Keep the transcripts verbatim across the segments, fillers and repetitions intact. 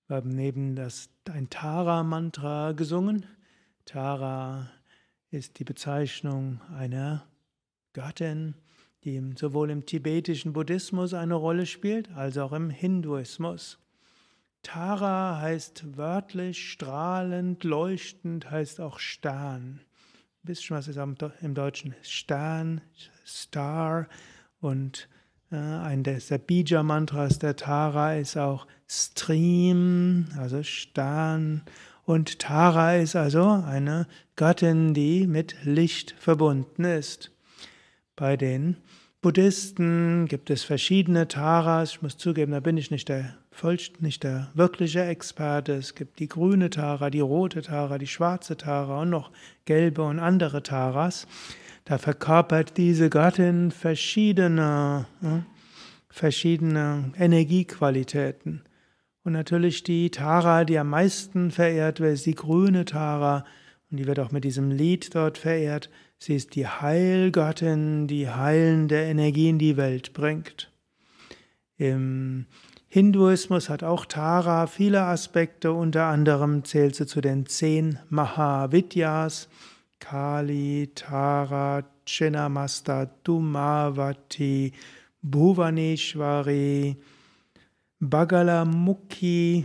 Wir haben neben das ein Tara-Mantra gesungen. Tara ist die Bezeichnung einer Göttin, die im, sowohl im tibetischen Buddhismus eine Rolle spielt, als auch im Hinduismus. Tara heißt wörtlich strahlend, leuchtend, heißt auch Stern. Wisst schon, was ist im Deutschen Stern, Star und äh, ein der Bija-Mantras der Tara ist auch Stream, also Stern. Und Tara ist also eine Göttin, die mit Licht verbunden ist. Bei den Buddhisten gibt es verschiedene Taras. Ich muss zugeben, da bin ich nicht der, nicht der wirkliche Experte. Es gibt die grüne Tara, die rote Tara, die schwarze Tara und noch gelbe und andere Taras. Da verkörpert diese Göttin verschiedene, verschiedene Energiequalitäten. Und natürlich die Tara, die am meisten verehrt wird, ist die grüne Tara. Und die wird auch mit diesem Lied dort verehrt. Sie ist die Heilgöttin, die heilende Energie in die Welt bringt. Im Hinduismus hat auch Tara viele Aspekte, unter anderem zählt sie zu den zehn Mahavidyas. Kali, Tara, Chinnamasta, Dhumavati, Bhuvaneshwari, Bagalamukhi,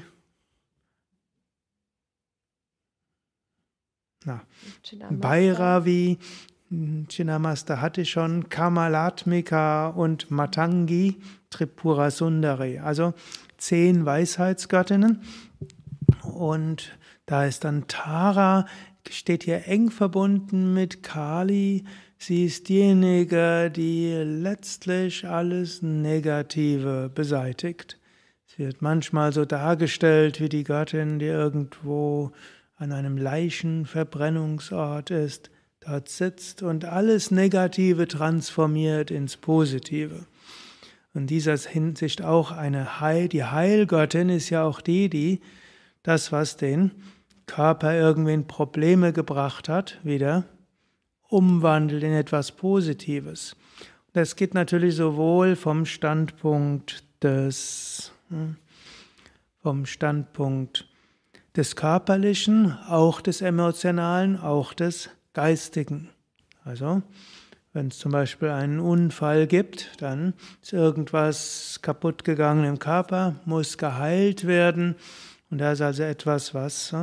na, Bhairavi, Chinnamasta hatte ich schon, Kamalatmika und Matangi, Tripura Sundari. Also zehn Weisheitsgöttinnen. Und da ist dann Tara, steht hier eng verbunden mit Kali. Sie ist diejenige, die letztlich alles Negative beseitigt. Sie wird manchmal so dargestellt wie die Göttin, die irgendwo an einem Leichenverbrennungsort ist, dort sitzt und alles Negative transformiert ins Positive. In dieser Hinsicht auch eine Heil, die Heilgöttin ist ja auch die, die das, was den Körper irgendwie in Probleme gebracht hat, wieder umwandelt in etwas Positives. Das geht natürlich sowohl vom Standpunkt des, vom Standpunkt des Körperlichen, auch des Emotionalen, auch des Geistigen. Also, wenn es zum Beispiel einen Unfall gibt, dann ist irgendwas kaputt gegangen im Körper, muss geheilt werden. Und da ist also etwas, was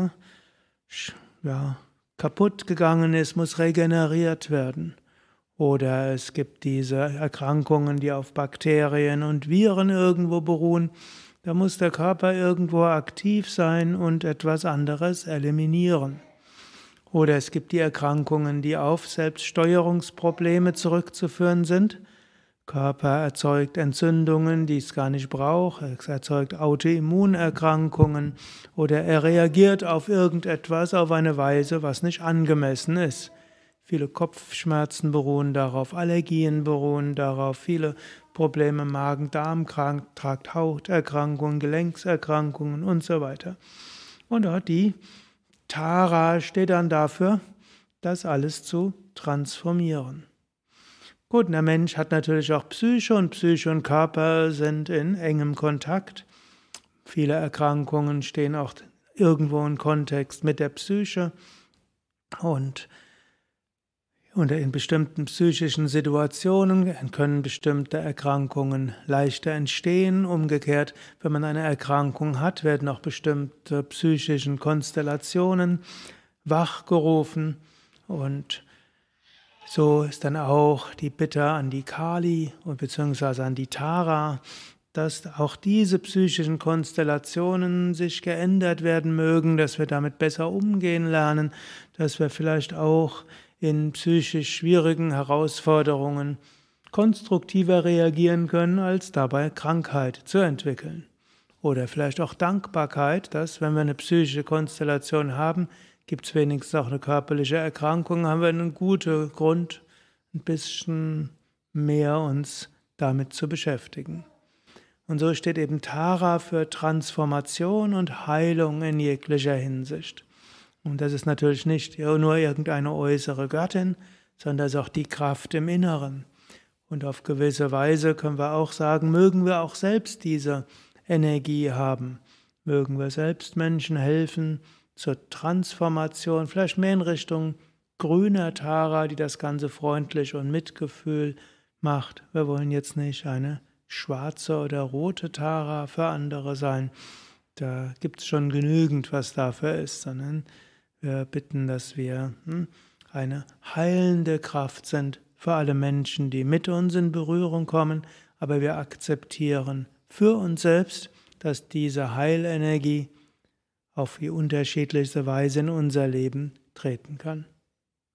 ja, kaputt gegangen ist, muss regeneriert werden. Oder es gibt diese Erkrankungen, die auf Bakterien und Viren irgendwo beruhen. Da muss der Körper irgendwo aktiv sein und etwas anderes eliminieren. Oder es gibt die Erkrankungen, die auf Selbststeuerungsprobleme zurückzuführen sind. Körper erzeugt Entzündungen, die es gar nicht braucht. Es erzeugt Autoimmunerkrankungen oder er reagiert auf irgendetwas auf eine Weise, was nicht angemessen ist. Viele Kopfschmerzen beruhen darauf, Allergien beruhen darauf, viele Probleme Magen-Darm-Trakt, Hauterkrankungen, Gelenkserkrankungen und so weiter. Und auch die Tara steht dann dafür, das alles zu transformieren. Gut, der Mensch hat natürlich auch Psyche und Psyche und Körper sind in engem Kontakt. Viele Erkrankungen stehen auch irgendwo im Kontext mit der Psyche und Und in bestimmten psychischen Situationen können bestimmte Erkrankungen leichter entstehen. Umgekehrt, wenn man eine Erkrankung hat, werden auch bestimmte psychischen Konstellationen wachgerufen. Und so ist dann auch die Bitte an die Kali und beziehungsweise an die Tara, dass auch diese psychischen Konstellationen sich geändert werden mögen, dass wir damit besser umgehen lernen, dass wir vielleicht auch in psychisch schwierigen Herausforderungen konstruktiver reagieren können, als dabei Krankheit zu entwickeln. Oder vielleicht auch Dankbarkeit, dass, wenn wir eine psychische Konstellation haben, gibt es wenigstens auch eine körperliche Erkrankung, haben wir einen guten Grund, ein bisschen mehr uns damit zu beschäftigen. Und so steht eben Tara für Transformation und Heilung in jeglicher Hinsicht. Und das ist natürlich nicht nur irgendeine äußere Göttin, sondern das ist auch die Kraft im Inneren. Und auf gewisse Weise können wir auch sagen, mögen wir auch selbst diese Energie haben. Mögen wir selbst Menschen helfen zur Transformation, vielleicht mehr in Richtung grüner Tara, die das Ganze freundlich und Mitgefühl macht. Wir wollen jetzt nicht eine schwarze oder rote Tara für andere sein. Da gibt es schon genügend, was dafür ist, sondern wir bitten, dass wir hm, eine heilende Kraft sind für alle Menschen, die mit uns in Berührung kommen, aber wir akzeptieren für uns selbst, dass diese Heilenergie auf die unterschiedlichste Weise in unser Leben treten kann.